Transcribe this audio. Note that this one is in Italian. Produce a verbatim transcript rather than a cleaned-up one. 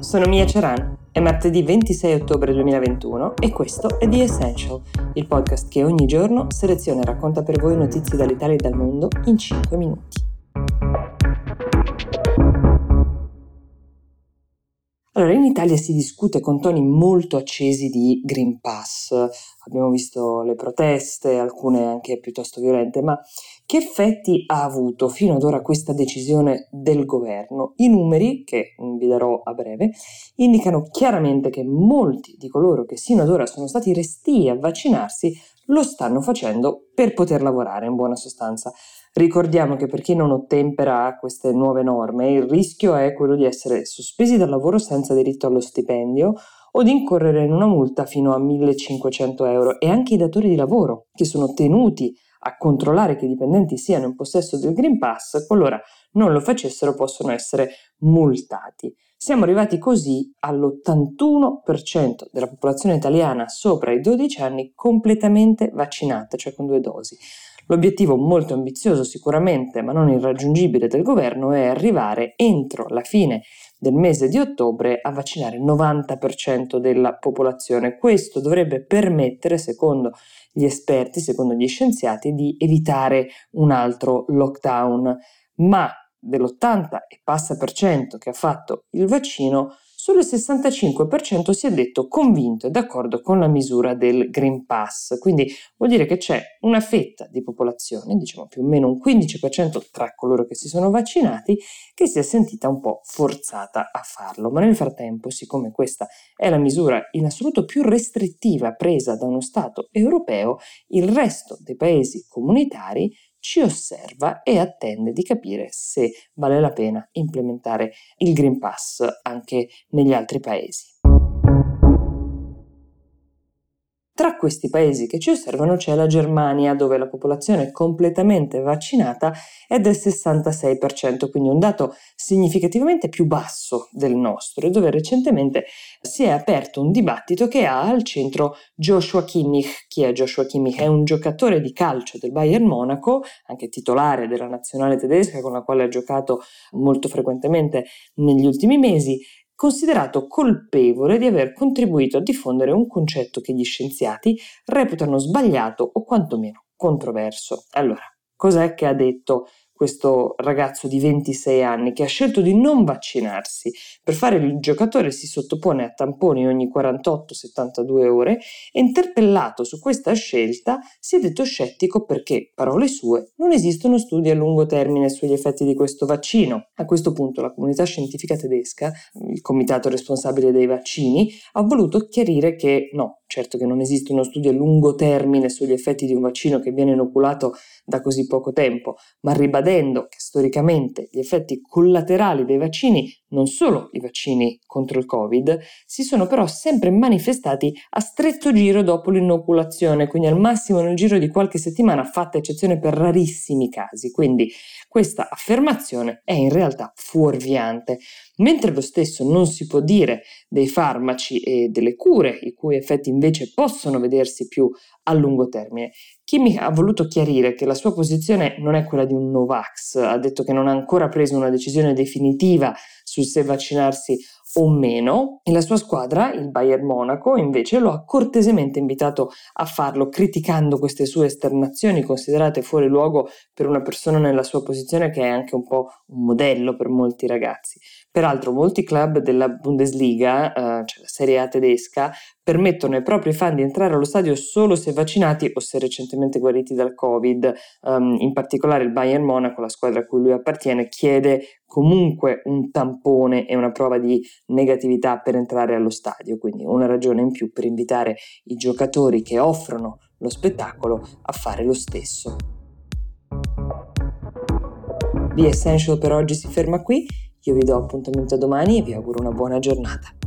sono Mia Ceran, è martedì ventisei ottobre duemilaventuno e questo è The Essential, il podcast che ogni giorno seleziona e racconta per voi notizie dall'Italia e dal mondo in cinque minuti. Allora, in Italia si discute con toni molto accesi di Green Pass. Abbiamo visto le proteste, alcune anche piuttosto violente, ma che effetti ha avuto fino ad ora questa decisione del governo? I numeri, che vi darò a breve, indicano chiaramente che molti di coloro che sino ad ora sono stati restii a vaccinarsi lo stanno facendo per poter lavorare, in buona sostanza. Ricordiamo che per chi non ottempera a queste nuove norme, il rischio è quello di essere sospesi dal lavoro senza diritto allo stipendio o di incorrere in una multa fino a millecinquecento euro, e anche i datori di lavoro, che sono tenuti a controllare che i dipendenti siano in possesso del Green Pass, qualora non lo facessero possono essere multati. Siamo arrivati così all'ottantuno per cento della popolazione italiana sopra i dodici anni completamente vaccinata, cioè con due dosi. L'obiettivo molto ambizioso sicuramente, ma non irraggiungibile, del governo è arrivare entro la fine del mese di ottobre a vaccinare il novanta per cento della popolazione. Questo dovrebbe permettere, secondo gli esperti, secondo gli scienziati, di evitare un altro lockdown. Ma dell'ottanta e passa per cento che ha fatto il vaccino, solo il sessantacinque per cento si è detto convinto e d'accordo con la misura del Green Pass. Quindi vuol dire che c'è una fetta di popolazione, diciamo più o meno un quindici per cento tra coloro che si sono vaccinati, che si è sentita un po' forzata a farlo. Ma nel frattempo, siccome questa è la misura in assoluto più restrittiva presa da uno Stato europeo, il resto dei paesi comunitari ci osserva e attende di capire se vale la pena implementare il Green Pass anche negli altri paesi. Tra questi paesi che ci osservano c'è la Germania, dove la popolazione completamente vaccinata è del sessantasei per cento, quindi un dato significativamente più basso del nostro, e dove recentemente si è aperto un dibattito che ha al centro Joshua Kimmich. Chi è Joshua Kimmich? È un giocatore di calcio del Bayern Monaco, anche titolare della nazionale tedesca con la quale ha giocato molto frequentemente negli ultimi mesi, considerato colpevole di aver contribuito a diffondere un concetto che gli scienziati reputano sbagliato o quantomeno controverso. Allora, cos'è che ha detto questo ragazzo di ventisei anni che ha scelto di non vaccinarsi? Per fare il giocatore si sottopone a tamponi ogni quarantotto settantadue ore e, interpellato su questa scelta, si è detto scettico perché, parole sue, non esistono studi a lungo termine sugli effetti di questo vaccino. A questo punto la comunità scientifica tedesca, il comitato responsabile dei vaccini, ha voluto chiarire che no, certo che non esistono studi a lungo termine sugli effetti di un vaccino che viene inoculato da così poco tempo, ma ribadendo che storicamente gli effetti collaterali dei vaccini, non solo i vaccini contro il Covid, si sono però sempre manifestati a stretto giro dopo l'inoculazione, quindi al massimo nel giro di qualche settimana, fatta eccezione per rarissimi casi. Quindi questa affermazione è in realtà fuorviante. Mentre lo stesso non si può dire dei farmaci e delle cure, i cui effetti invece possono vedersi più a lungo termine. Kimmich ha voluto chiarire che la sua posizione non è quella di un Novax, ha detto che non ha ancora preso una decisione definitiva su se vaccinarsi o meno, e la sua squadra, il Bayern Monaco, invece lo ha cortesemente invitato a farlo, criticando queste sue esternazioni considerate fuori luogo per una persona nella sua posizione, che è anche un po' un modello per molti ragazzi. Peraltro molti club della Bundesliga, eh, cioè la Serie A tedesca, permettono ai propri fan di entrare allo stadio solo se vaccinati o se recentemente guariti dal Covid. Um, in particolare il Bayern Monaco, la squadra a cui lui appartiene, chiede comunque un tampone e una prova di negatività per entrare allo stadio, quindi una ragione in più per invitare i giocatori che offrono lo spettacolo a fare lo stesso. The Essential per oggi si ferma qui, io vi do appuntamento domani e vi auguro una buona giornata.